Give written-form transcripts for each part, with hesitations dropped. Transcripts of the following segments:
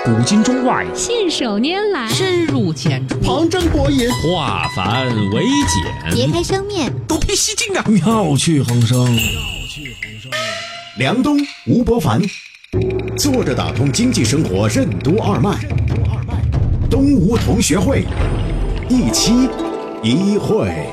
古今中外， 信手拈来， 深入浅出， 旁征博引， 化繁为简， 别开生面， 独辟蹊径啊！ 妙趣横生。 梁冬、吴伯凡，坐着打通经济生活任督二脉，东吴同学会，一期一会。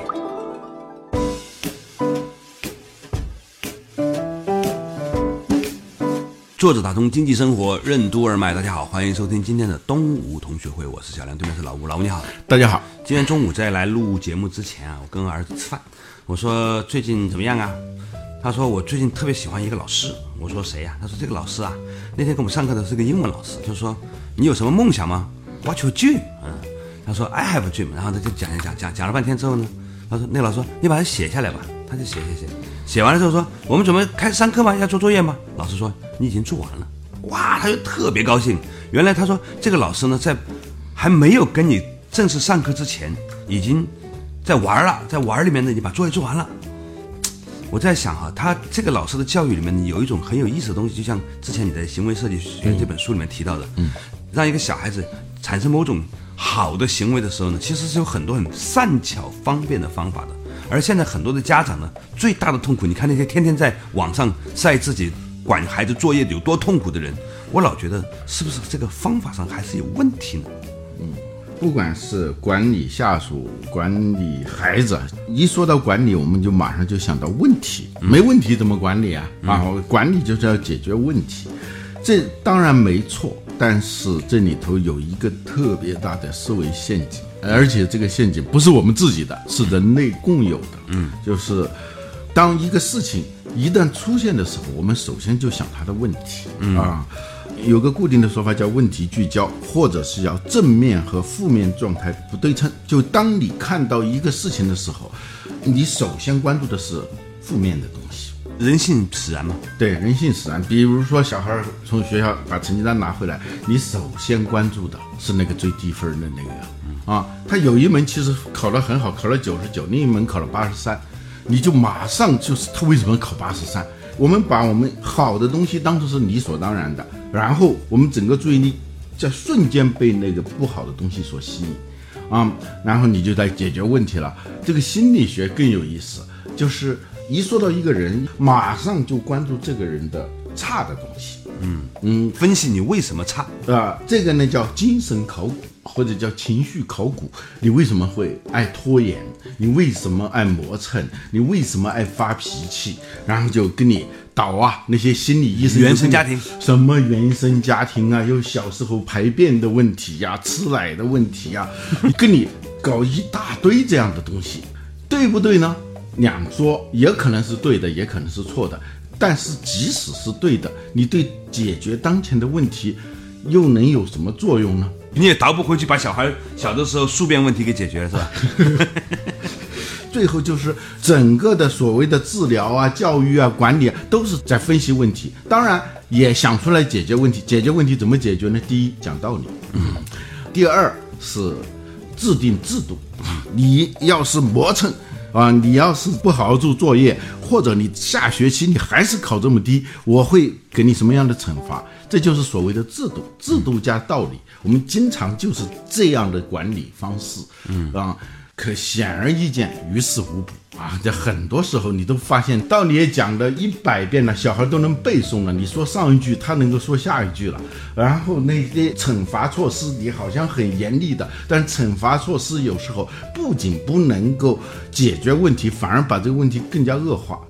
作者打通经济生活任督二脉，大家好，欢迎收听今天的东吴同学会，我是小梁，对面是老吴，老吴你好。 大家好。 今天中午在来录节目之前啊，我跟儿子吃饭，我说最近怎么样啊？他说我最近特别喜欢一个老师。我说谁呀？他说这个老师啊，那天给我们上课的是个英文老师，就说你有什么梦想吗 ？What's your dream？ 他说 I have a dream， 然后他就讲了半天之后呢，他说那个老师说你把它写下来吧，他就写完了之后说我们准备开始上课吗？要做作业吗？老师说你已经做完了。哇，他就特别高兴。原来他说这个老师呢，在还没有跟你正式上课之前，已经在玩了，在玩里面呢，已经把作业做完了。我在想哈，他这个老师的教育里面有一种很有意思的东西，就像之前你在行为设计学这本书里面提到的，让一个小孩子产生某种好的行为的时候呢，其实是有很多很善巧方便的方法的。而现在很多的家长呢，最大的痛苦，你看那些天天在网上晒自己管孩子作业有多痛苦的人，我老觉得是不是这个方法上还是有问题呢？ 不管是管理下属、管理孩子，一说到管理，我们就马上就想到问题，没问题怎么管理啊？管理就是要解决问题，这当然没错，但是这里头有一个特别大的思维陷阱，而且这个陷阱不是我们自己的，是人类共有的。就是当一个事情一旦出现的时候，我们首先就想它的问题有个固定的说法叫问题聚焦，或者是要正面和负面状态不对称。就当你看到一个事情的时候，你首先关注的是负面的东西。 人性使然嘛？ 对，人性使然。比如说小孩从学校把成绩单拿回来，你首先关注的是那个最低分的那个他有一门其实考得很好，考了99，另一门考了83，你就马上就是他为什么考83？我们把我们好的东西当作是理所当然的，然后我们整个注意力在瞬间被那个不好的东西所吸引然后你就在解决问题了。这个心理学更有意思，就是一说到一个人，马上就关注这个人的差的东西， 分析你为什么差这个呢叫精神考古，或者叫情绪考古。你为什么会爱拖延？你为什么爱磨蹭？你为什么爱发脾气？然后就跟你导那些心理医生， 原生家庭， 什么原生家庭有小时候排便的问题吃奶的问题跟你搞一大堆这样的东西，对不对呢？两说，也可能是对的，也可能是错的。但是即使是对的，你对解决当前的问题又能有什么作用呢？ 你也倒不回去把小孩小的时候宿便问题给解决了，是吧？ 最后就是整个的所谓的治疗教育管理都是在分析问题，当然也想出来解决问题。解决问题怎么解决呢？第一，讲道理，第二是制定制度。你要是磨蹭你要是不好好做作业，或者你下学期你还是考这么低，我会给你什么样的惩罚？这就是所谓的制度，制度加道理。我们经常就是这样的管理方式，可显而易见，于事无补在很多时候你都发现，道理也讲了100遍了，小孩都能背诵了，你说上一句他能够说下一句了。然后那些惩罚措施你好像很严厉的，但惩罚措施有时候不仅不能够解决问题，反而把这个问题更加恶化。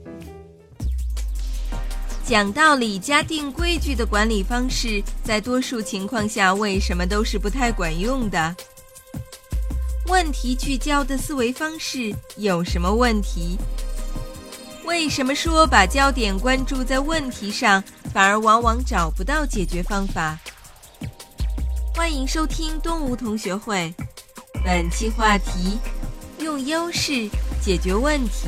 讲道理加定规矩的管理方式，在多数情况下为什么都是不太管用的？问题聚焦的思维方式有什么问题？为什么说把焦点关注在问题上，反而往往找不到解决方法？欢迎收听东吴同学会，本期话题：用优势解决问题。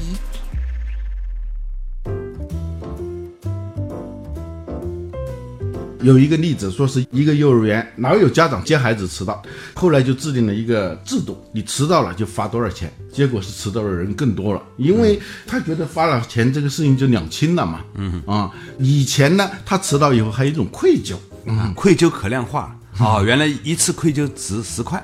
有一个例子，说是一个幼儿园老有家长接孩子迟到，后来就制定了一个制度，你迟到了就罚多少钱，结果是迟到的人更多了，因为他觉得罚了钱这个事情就两清了嘛。以前呢他迟到以后还有一种愧疚， 愧疚可量化， 哦，原来一次亏就值10块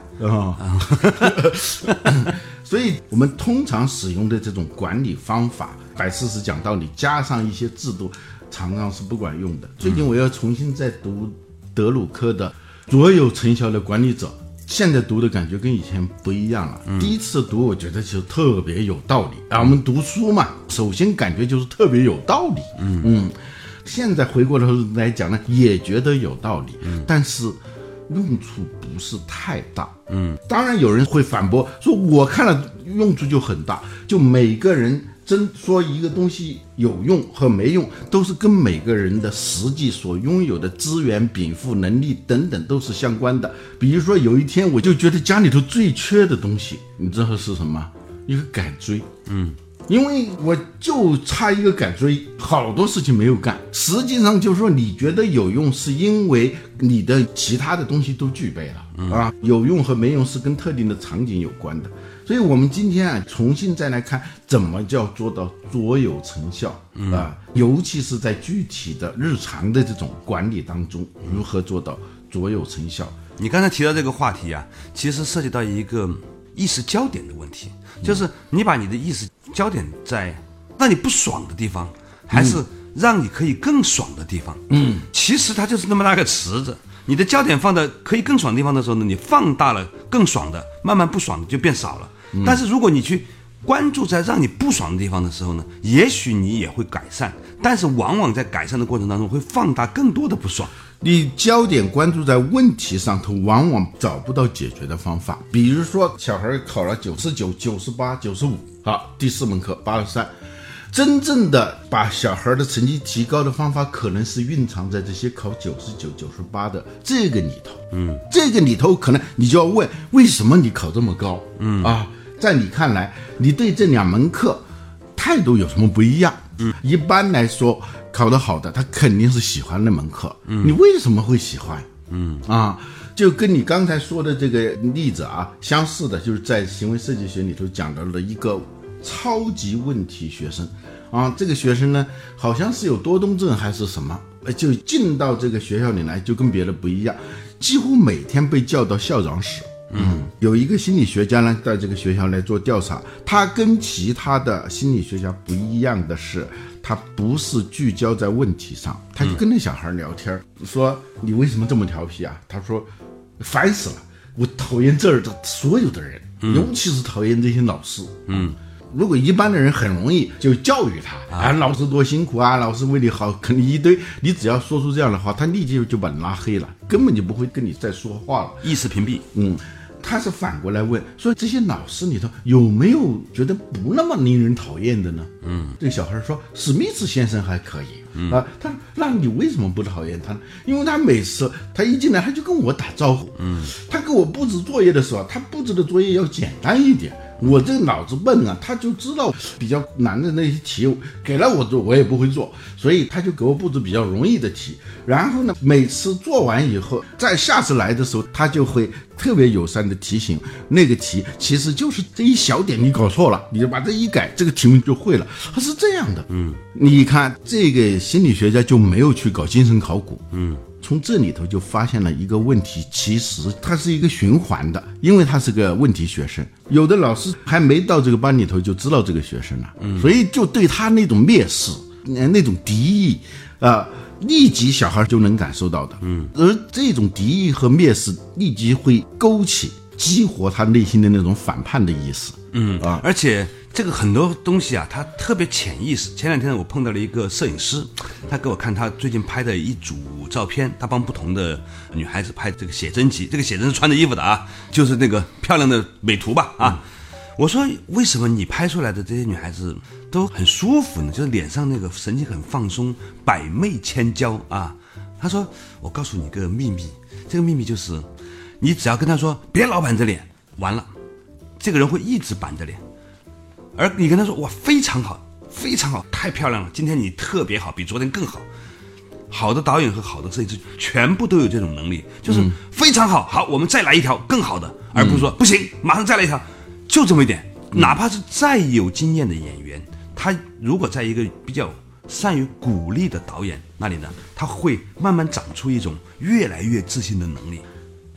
所以我们通常使用的这种管理方法，摆事实讲道理，加上一些制度，常常是不管用的。最近我要重新再读德鲁克的卓有成效的管理者，现在读的感觉跟以前不一样了。第一次读我觉得就特别有道理啊，我们读书嘛，首先感觉就是特别有道理。现在回过头来讲呢，也觉得有道理，但是用处不是太大。当然有人会反驳说，我看了用处就很大，就每个人真说一个东西有用和没用，都是跟每个人的实际所拥有的资源、禀赋、能力等等都是相关的。比如说有一天我就觉得家里头最缺的东西，你知道是什么？一个杆锥。因为我就差一个杆锥，好多事情没有干。实际上就是说，你觉得有用，是因为你的其他的东西都具备了有用和没用是跟特定的场景有关的。所以我们今天重新再来看，怎么叫做到卓有成效尤其是在具体的日常的这种管理当中，如何做到卓有成效。 你刚才提到这个话题啊，其实涉及到一个意识焦点的问题，就是你把你的意识焦点在让你不爽的地方，还是让你可以更爽的地方。其实它就是那么大个池子，你的焦点放在可以更爽的地方的时候呢，你放大了更爽的，慢慢不爽的就变少了。但是如果你去关注在让你不爽的地方的时候呢，也许你也会改善，但是往往在改善的过程当中会放大更多的不爽。 你焦点关注在问题上头，往往找不到解决的方法。比如说小孩考了99、98、95，好，第4门课83，真正的把小孩的成绩提高的方法，可能是蕴藏在这些考99、98的这个里头。这个里头可能你就要问，为什么你考这么高？在你看来，你对这2门课态度有什么不一样？一般来说，考得好的他肯定是喜欢那门课。你为什么会喜欢？就跟你刚才说的这个例子相似的，就是在行为设计学里头讲到了一个超级问题学生这个学生呢，好像是有多动症还是什么，就进到这个学校里来，就跟别的不一样，几乎每天被叫到校长室。有一个心理学家呢，到这个学校来做调查，他跟其他的心理学家不一样的是，他不是聚焦在问题上，他就跟那小孩聊天，说你为什么这么调皮啊？他说烦死了，我讨厌这儿的所有的人，尤其是讨厌这些老师。如果一般的人很容易就教育他老师多辛苦老师为你好，肯定一堆，你只要说出这样的话，他立即就把你拉黑了，根本就不会跟你再说话了， 意识屏蔽。 他是反过来问，说这些老师里头有没有觉得不那么令人讨厌的呢？这个小孩说史密斯先生还可以。他说那你为什么不讨厌他呢？因为他每次他一进来他就跟我打招呼。他给我布置作业的时候，他布置的作业要简单一点，我这个脑子笨他就知道比较难的那些题给了我做我也不会做，所以他就给我布置比较容易的题。然后呢，每次做完以后，在下次来的时候，他就会特别友善的提醒，那个题其实就是这一小点你搞错了，你就把这一改，这个题目就会了。他是这样的。你看这个心理学家就没有去搞精神考古。从这里头就发现了一个问题，其实它是一个循环的，因为他是个问题学生，有的老师还没到这个班里头就知道这个学生了，所以就对他那种蔑视、那种敌意立即小孩就能感受到的。而这种敌意和蔑视立即会勾起、激活他内心的那种反叛的意思。 而且这个很多东西它特别潜意识。前2天我碰到了一个摄影师，他给我看他最近拍的一组照片，他帮不同的女孩子拍这个写真集，这个写真是穿着衣服的就是那个漂亮的美图吧我说为什么你拍出来的这些女孩子都很舒服呢？就是脸上那个神情很放松，百媚千娇他说我告诉你个秘密，这个秘密就是你只要跟他说别老板着脸，完了这个人会一直板着脸。而你跟他说哇非常好非常好，太漂亮了，今天你特别好，比昨天更好。好的导演和好的摄影师全部都有这种能力，就是非常好，好我们再来一条更好的，而不是说不行马上再来一条，就这么一点。哪怕是再有经验的演员，他如果在一个比较善于鼓励的导演那里呢，他会慢慢长出一种越来越自信的能力。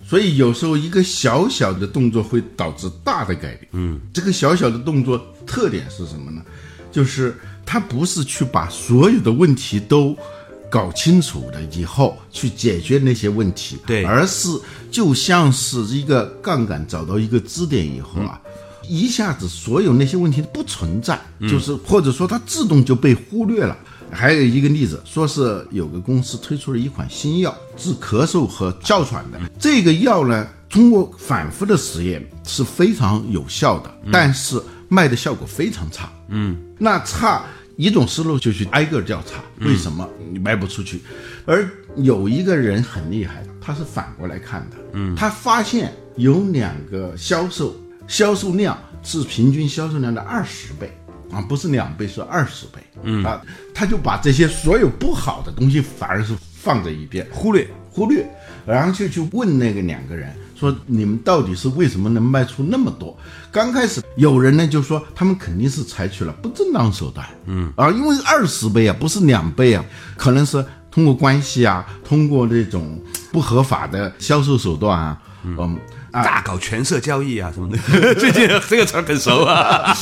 所以有时候一个小小的动作会导致大的改变。这个小小的动作特点是什么呢？就是它不是去把所有的问题都搞清楚了以后去解决那些问题， 对， 而是就像是一个杠杆找到一个支点以后啊，一下子所有那些问题不存在，就是或者说它自动就被忽略了。还有一个例子，说是有个公司推出了一款新药，治咳嗽和哮喘的。这个药呢，通过反复的实验是非常有效的，但是卖的效果非常差。那差一种思路就去挨个调查，为什么你卖不出去？而有一个人很厉害，他是反过来看的。他发现有2个销售量是平均销售量的20倍。不是2倍，是20倍。他就把这些所有不好的东西反而是放在一边，忽略，然后就去问那个2个人说：“你们到底是为什么能卖出那么多？”刚开始有人呢就说他们肯定是采取了不正当手段，因为20倍啊，不是2倍啊，可能是通过关系啊，通过这种不合法的销售手段啊， 大搞权色交易啊什么的，最近这个词很熟啊。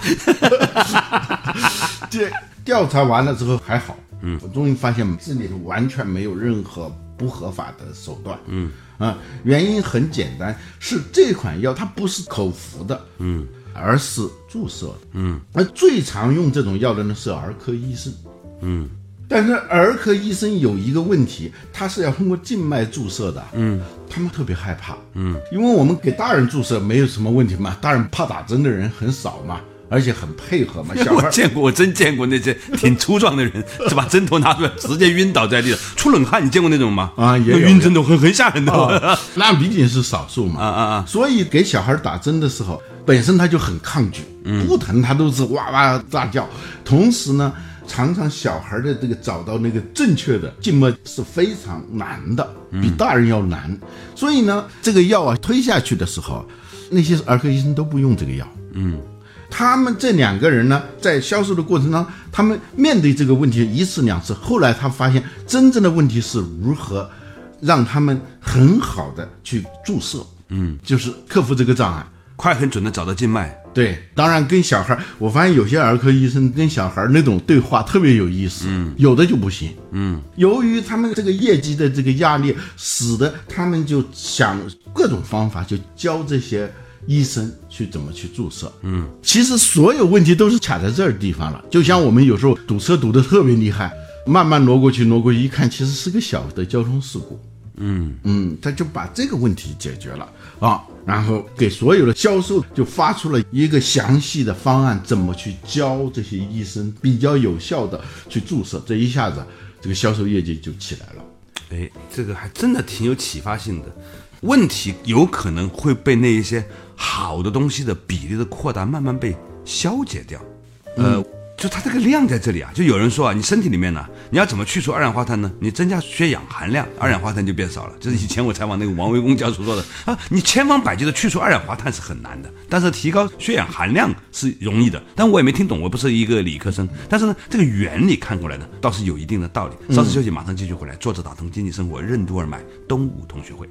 这调查完了之后还好，我终于发现这里完全没有任何不合法的手段。原因很简单，是这款药它不是口服的，而是注射的。而最常用这种药的呢是儿科医生。但是儿科医生有一个问题，他是要通过静脉注射的，他们特别害怕，因为我们给大人注射没有什么问题嘛，大人怕打针的人很少嘛，而且很配合嘛。小孩我真见过那些挺粗壮的人，就把针头拿出来直接晕倒在地上，出冷汗，你见过那种吗？ 也有晕针头很吓人的， 那毕竟是少数嘛。所以给小孩打针的时候，本身他就很抗拒，不疼他都是哇哇大叫，同时呢。常常小孩的这个找到那个正确的静脉是非常难的，比大人要难。所以呢，这个药推下去的时候，那些儿科医生都不用这个药。他们这2个人呢，在销售的过程当中，他们面对这个问题1次2次，后来他发现真正的问题是如何让他们很好的去注射，就是克服这个障碍， 快很准的找到静脉。 对，当然跟小孩，我发现有些儿科医生跟小孩那种对话特别有意思，有的就不行。由于他们这个业绩的这个压力，使得他们就想各种方法，就教这些医生去怎么去注射。其实所有问题都是卡在这儿地方了。就像我们有时候堵车堵得特别厉害，慢慢挪过去，一看其实是个小的交通事故。他就把这个问题解决了然后给所有的销售就发出了一个详细的方案，怎么去教这些医生比较有效的去注射，这一下子这个销售业绩就起来了。 这个还真的挺有启发性的。问题有可能会被那一些好的东西的比例的扩大慢慢被消解掉。就它这个量在这里啊，就有人说你身体里面呢，你要怎么去除二氧化碳呢？你增加血氧含量，二氧化碳就变少了。这是以前我采访那个王维公教授说的你千方百计的去除二氧化碳是很难的，但是提高血氧含量是容易的。但我也没听懂，我不是一个理科生，但是呢，这个原理看过来呢，倒是有一定的道理。稍事休息，马上继续回来。作者打通经济生活，任督二脉，东吴同学会。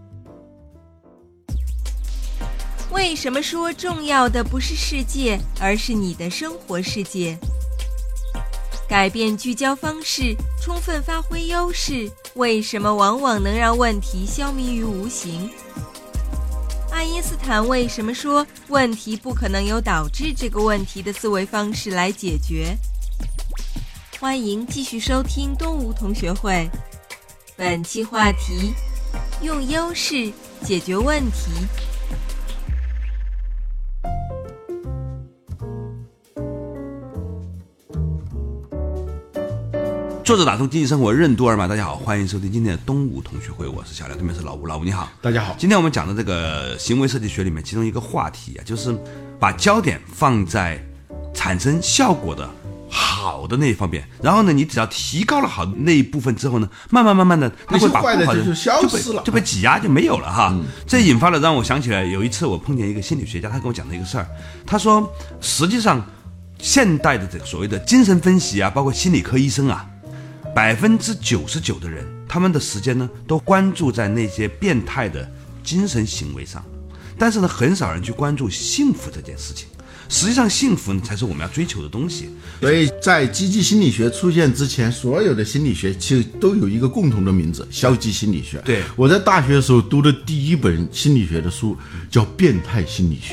为什么说重要的不是世界，而是你的生活世界？改变聚焦方式，充分发挥优势，为什么往往能让问题消弭于无形？爱因斯坦为什么说问题不可能由导致这个问题的思维方式来解决？欢迎继续收听东吴同学会。本期话题：用优势解决问题。 作者打通经济生活，任督二脉。大家好，欢迎收听今天的东吴同学会，我是小廖，对面是老吴。老吴你好。 大家好。 今天我们讲的这个行为设计学里面，其中一个话题就是把焦点放在产生效果的好的那一方面，然后呢，你只要提高了好的那一部分之后呢，慢慢的，它会把不好的就消失了， 就被挤压就没有了哈。这引发了让我想起来，有一次我碰见一个心理学家，他跟我讲的一个事儿，他说实际上现代的这个所谓的精神分析包括心理科医生99%的人，他们的时间呢都关注在那些变态的精神行为上，但是呢，很少人去关注幸福这件事情。实际上，幸福才是我们要追求的东西。 所以在积极心理学出现之前，所有的心理学其实都有一个共同的名字——消极心理学。 对， 我在大学的时候读的第一本心理学的书叫《变态心理学》。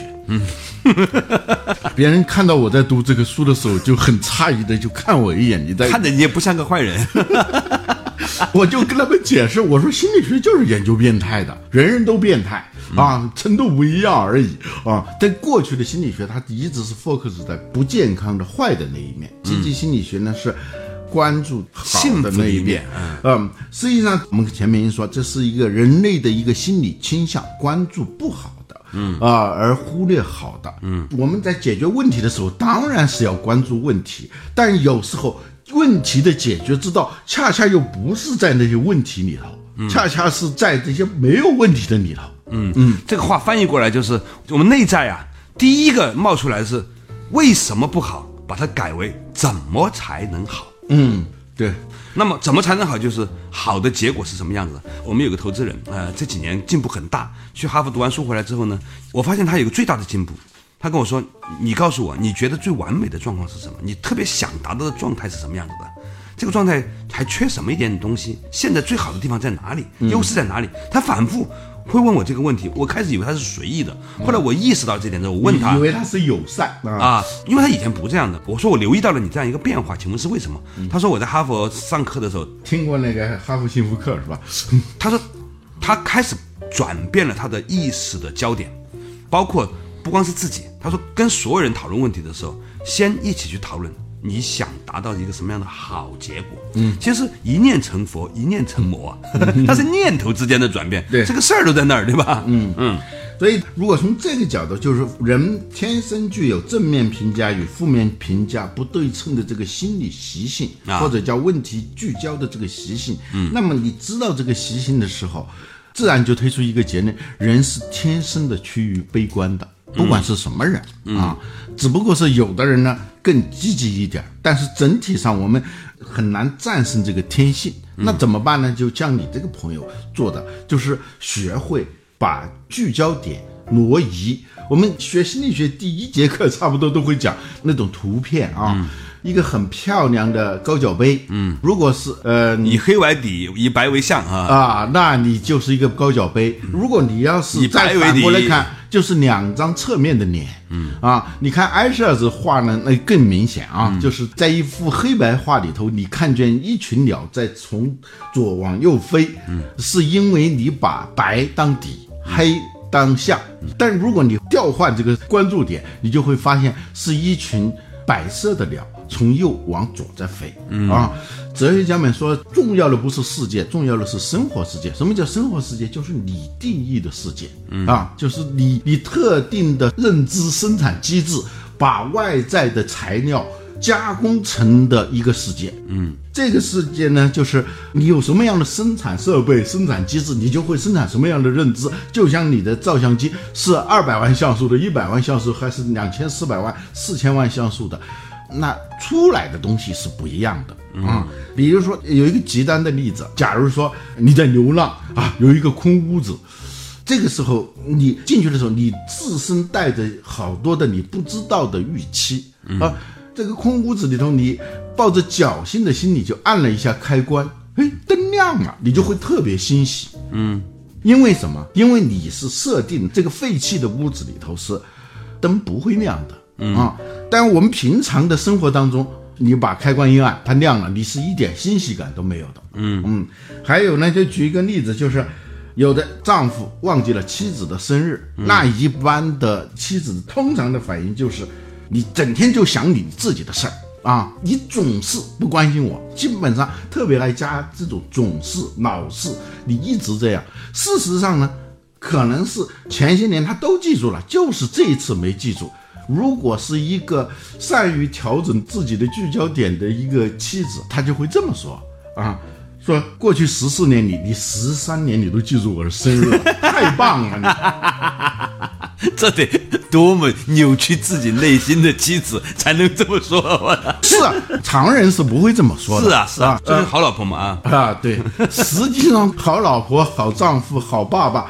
别人看到我在读这个书的时候，就很诧异的就看我一眼， 看着你也不像个坏人。 我就跟他们解释，我说心理学就是研究变态的，人人都变态啊，程度不一样而已啊。但过去的心理学它一直是 focus 在不健康的坏的那一面，积极心理学呢是关注好的那一面。实际上我们前面说，这是一个人类的一个心理倾向，关注不好的。而忽略好的。我们在解决问题的时候，当然是要关注问题，但有时候问题的解决之道，恰恰又不是在那些问题里头，恰恰是在这些没有问题的里头。 这个话翻译过来就是，我们内在啊，第一个冒出来的是为什么不好，把它改为怎么才能好。 对。 那么怎么才能好，就是好的结果是什么样子的。我们有个投资人，这几年进步很大，去哈佛读完书回来之后呢，我发现他有个最大的进步。他跟我说，你告诉我你觉得最完美的状况是什么，你特别想达到的状态是什么样子的，这个状态还缺什么一点东西，现在最好的地方在哪里，优势在哪里。他反复会问我这个问题，我开始以为他是随意的，后来我意识到这点之后，我问他， 以为他是友善因为他以前不这样的。我说我留意到了你这样一个变化，请问是为什么？他说我在哈佛上课的时候听过那个哈佛幸福课是吧？ 他说他开始转变了他的意识的焦点，包括不光是自己，他说跟所有人讨论问题的时候，先一起去讨论你想达到一个什么样的好结果。其实一念成佛，一念成魔啊，它是念头之间的转变。 对， 这个事儿都在那儿，对吧？ 所以如果从这个角度，就是人天生具有正面评价与负面评价不对称的这个心理习性，或者叫问题聚焦的这个习性。那么你知道这个习性的时候，自然就推出一个结论：人是天生的趋于悲观的。不管是什么人只不过是有的人呢更积极一点，但是整体上我们很难战胜这个天性。那怎么办呢？就像你这个朋友做的，就是学会把聚焦点挪移。我们学心理学第一节课差不多都会讲那种图片一个很漂亮的高脚杯，如果是以黑为底，以白为象那你就是一个高脚杯。如果你要是再反过来看，就是两张侧面的脸，你看埃舍尔画呢，那更明显就是在一幅黑白画里头，你看见一群鸟在从左往右飞，是因为你把白当底，黑当象。但如果你调换这个关注点，你就会发现是一群白色的鸟从右往左在飞哲学家们说，重要的不是世界，重要的是生活世界。什么叫生活世界？就是你定义的世界就是你特定的认知生产机制把外在的材料加工成的一个世界。这个世界呢，就是你有什么样的生产设备、生产机制，你就会生产什么样的认知。就像你的照相机是200万像素的、100万像素，还是2400万、4000万像素的，那出来的东西是不一样的比如说有一个极端的例子，假如说你在流浪有一个空屋子，这个时候你进去的时候，你自身带着好多的你不知道的预期这个空屋子里头，你抱着侥幸的心理就按了一下开关，灯亮了，你就会特别欣喜。因为什么？因为你是设定这个废弃的屋子里头是灯不会亮的但我们平常的生活当中，你把开关一按，它亮了，你是一点欣喜感都没有的。还有呢，就举一个例子，就是有的丈夫忘记了妻子的生日，那一般的妻子通常的反应就是你整天就想你自己的事儿你总是不关心我，基本上特别爱加这种总是老是，你一直这样。事实上呢，可能是前些年他都记住了，就是这一次没记住。如果是一个善于调整自己的聚焦点的一个妻子，她就会这么说说过去14年里，你13年你都记住我的生日了，太棒了你这得多么扭曲自己内心的妻子才能这么说是常人是不会这么说的。 是啊，这是好老婆嘛对，实际上好老婆、好丈夫、好爸爸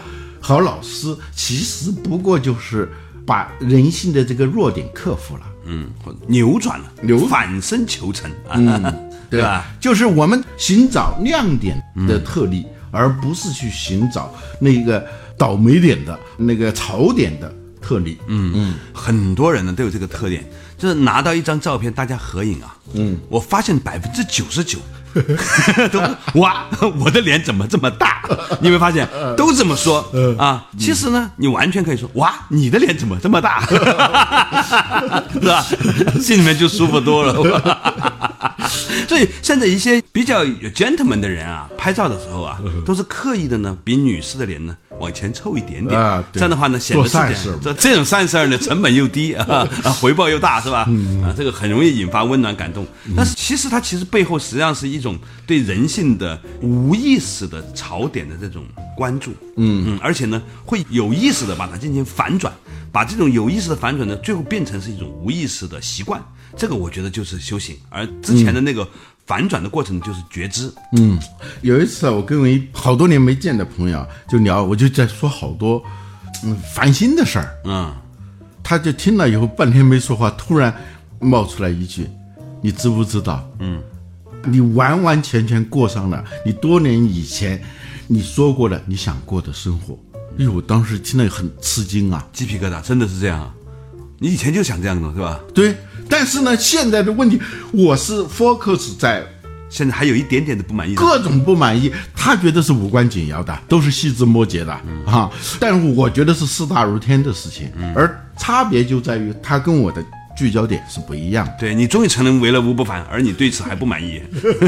好老师其实不过就是把人性的这个弱点克服了， 扭转了，反身求成对吧？ 就是我们寻找亮点的特例，而不是去寻找那个倒霉点的那个槽点的特例。 很多人呢都有这个特点，就是拿到一张照片，大家合影啊，我发现99%都哇，我的脸怎么这么大？你有没有发现都这么说啊？其实呢，你完全可以说哇，你的脸怎么这么大？是吧？心里面就舒服多了。所以现在一些比较有 gentleman 的人啊，拍照的时候啊，都是刻意的呢，比女士的脸呢往前凑一点点这样的话呢，显得这种善事呢，成本又低回报又大，是吧？这个很容易引发温暖感动。但是其实它背后实际上是一种对人性的无意识的槽点的这种关注，而且呢，会有意识的把它进行反转，把这种有意识的反转呢，最后变成是一种无意识的习惯。这个我觉得就是修行，而之前的那个反转的过程就是觉知。 有一次啊，我跟我好多年没见的朋友就聊，我就在说好多烦心的事儿。他就听了以后半天没说话，突然冒出来一句：“你知不知道？你完完全全过上了你多年以前你说过的你想过的生活。”哎呦，我当时听了很吃惊啊， 鸡皮疙瘩，真的是这样啊！你以前就想这样的，是吧？ 对，但是呢，现在的问题，我是 focus 在现在还有一点点的不满意， 各种不满意，他觉得是无关紧要的，都是细枝末节的但是我觉得是事大如天的事情，而差别就在于他跟我的聚焦点是不一样的。 对，你终于承认为了无不凡，而你对此还不满意。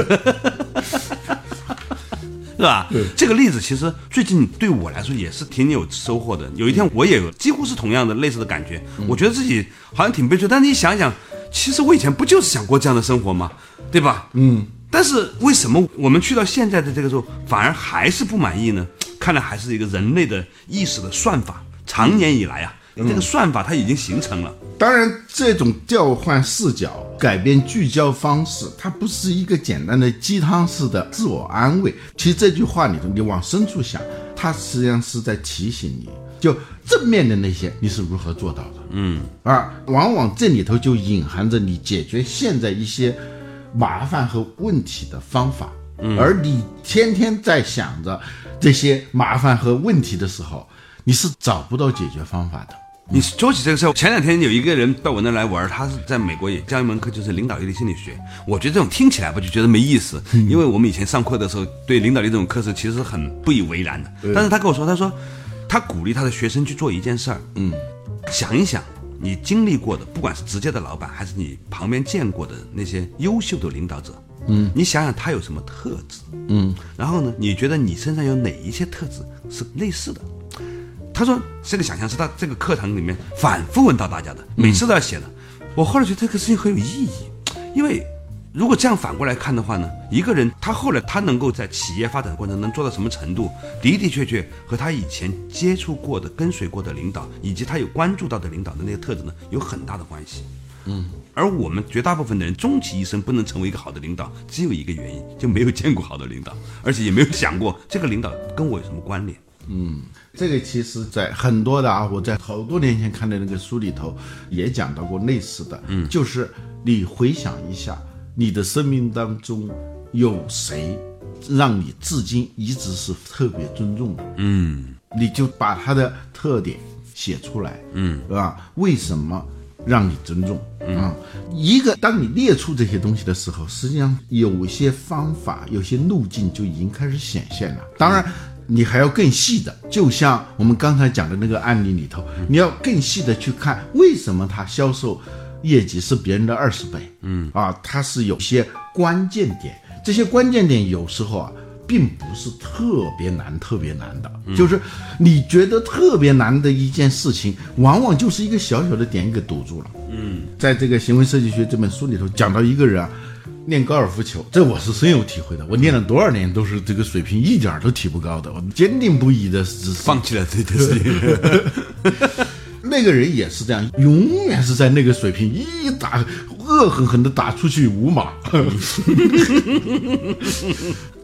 是吧？这个例子其实最近对我来说也是挺有收获的。有一天我也有几乎是同样的类似的感觉，我觉得自己好像挺悲催，但是你想想，其实我以前不就是想过这样的生活吗？对吧？但是为什么我们去到现在的这个时候反而还是不满意呢？看来还是一个人类的意识的算法，长年以来啊，这个算法它已经形成了。 当然，这种调换视角、改变聚焦方式，它不是一个简单的鸡汤式的自我安慰。其实这句话里头，你往深处想，它实际上是在提醒你，就正面的那些你是如何做到的。往往这里头就隐含着你解决现在一些麻烦和问题的方法。而你天天在想着这些麻烦和问题的时候，你是找不到解决方法的。 你说起这个事儿，前2天有一个人到我那来玩，他是在美国也教一门课，就是领导力心理学。我觉得这种听起来吧就觉得没意思，因为我们以前上课的时候对领导力这种课是其实很不以为然的。但是他跟我说，他说他鼓励他的学生去做一件事儿，想一想你经历过的，不管是直接的老板还是你旁边见过的那些优秀的领导者，你想想他有什么特质，然后呢，你觉得你身上有哪一些特质是类似的？他说这个想象是他这个课堂里面反复问到大家的，每次都要写的。我后来觉得这个事情很有意义，因为如果这样反过来看的话呢，一个人他后来他能够在企业发展的过程能做到什么程度，的的确确和他以前接触过的跟随过的领导以及他有关注到的领导的那个特质呢有很大的关系。而我们绝大部分的人终其一生不能成为一个好的领导，只有一个原因，就没有见过好的领导，而且也没有想过这个领导跟我有什么关联。 这个其实在很多的我在好多年前看的那个书里头也讲到过类似的，就是你回想一下你的生命当中有谁让你至今一直是特别尊重的，你就把他的特点写出来，是吧？为什么让你尊重？一个当你列出这些东西的时候，实际上有些方法有些路径就已经开始显现了。当然你还要更细的，就像我们刚才讲的那个案例里头，你要更细的去看为什么他销售业绩是别人的20倍，它是有些关键点，这些关键点有时候并不是特别难的，就是你觉得特别难的一件事情，往往就是一个小小的点给堵住了。在这个行为设计学这本书里头讲到一个人练高尔夫球，这我是深有体会的。我练了多少年都是这个水平一点都提不高的，我坚定不移的放弃了这件事情。 那个人也是这样，永远是在那个水平一打，恶狠狠的打出去5码。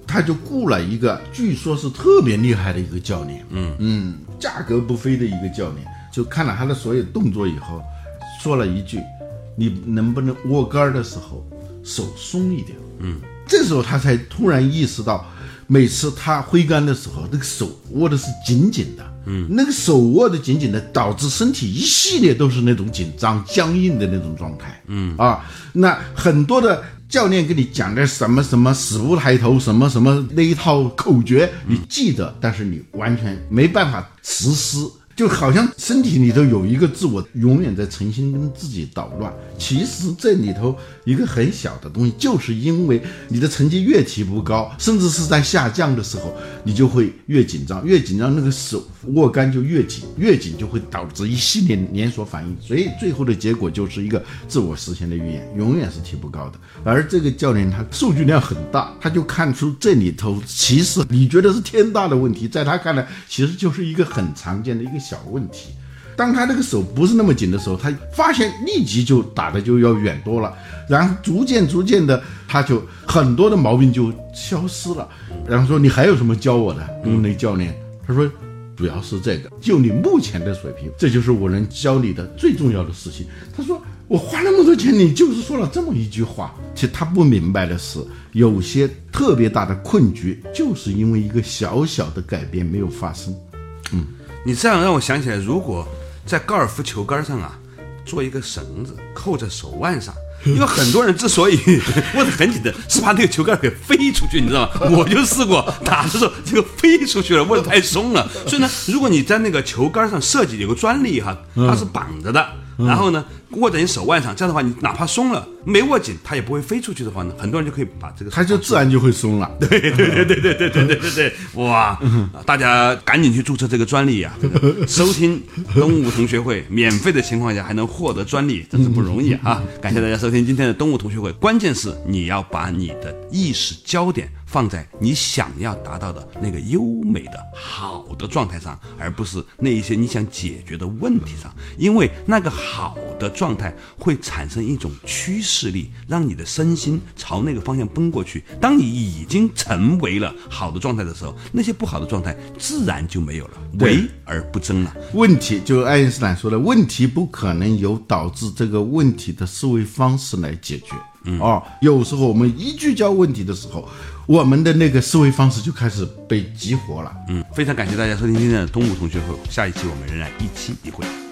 他就雇了一个据说是特别厉害的一个教练，价格不菲的一个教练，就看了他的所有动作以后，说了一句：“你能不能握杆的时候手松一点？”这时候他才突然意识到，每次他挥杆的时候，那个手握的是紧紧的，那个手握的紧紧的，导致身体一系列都是那种紧张、僵硬的那种状态，那很多的教练跟你讲的什么什么死不抬头，什么什么那一套口诀，你记得，但是你完全没办法实施。就好像身体里头有一个自我永远在诚心跟自己捣乱，其实这里头一个很小的东西，就是因为你的成绩越提不高，甚至是在下降的时候，你就会越紧张，越紧张那个手握杆就越紧，越紧就会导致一系列连锁反应，所以最后的结果就是一个自我实现的预言，永远是提不高的。而这个教练他数据量很大，他就看出这里头其实你觉得是天大的问题，在他看来其实就是一个很常见的一个小问题。当他这个手不是那么紧的时候，他发现立即就打的就要远多了，然后逐渐的他就很多的毛病就消失了。然后说你还有什么教我的？那教练他说主要是这个，就你目前的水平，这就是我能教你的最重要的事情。他说我花那么多钱，你就是说了这么一句话。其实他不明白的是，有些特别大的困局就是因为一个小小的改变没有发生。 你这样让我想起来，如果在高尔夫球杆上啊做一个绳子扣在手腕上，因为很多人之所以握得很紧的是怕那个球杆给飞出去，你知道吗？我就试过打的时候这个飞出去了，握得太松了。所以呢，如果你在那个球杆上设计有个专利哈，它是绑着的，然后呢握在你手腕上，这样的话你哪怕松了没握紧，它也不会飞出去的话呢，很多人就可以把这个它就自然就会松了。 对，哇！大家赶紧去注册这个专利啊！收听东吴同学会，免费的情况下还能获得专利，真是不容易啊！感谢大家收听今天的东吴同学会。关键是你要把你的意识焦点放在你想要达到的那个优美的好的状态上，而不是那一些你想解决的问题上，因为那个好的状态会产生一种趋势力，让你的身心朝那个方向奔过去。当你已经成为了好的状态的时候，那些不好的状态自然就没有了，为而不争了。 问题就爱因斯坦说的，问题不可能由导致这个问题的思维方式来解决。有时候我们一聚焦问题的时候，我们的那个思维方式就开始被激活了。 非常感谢大家收听今天的东吴同学会，下一期我们仍然一期一会。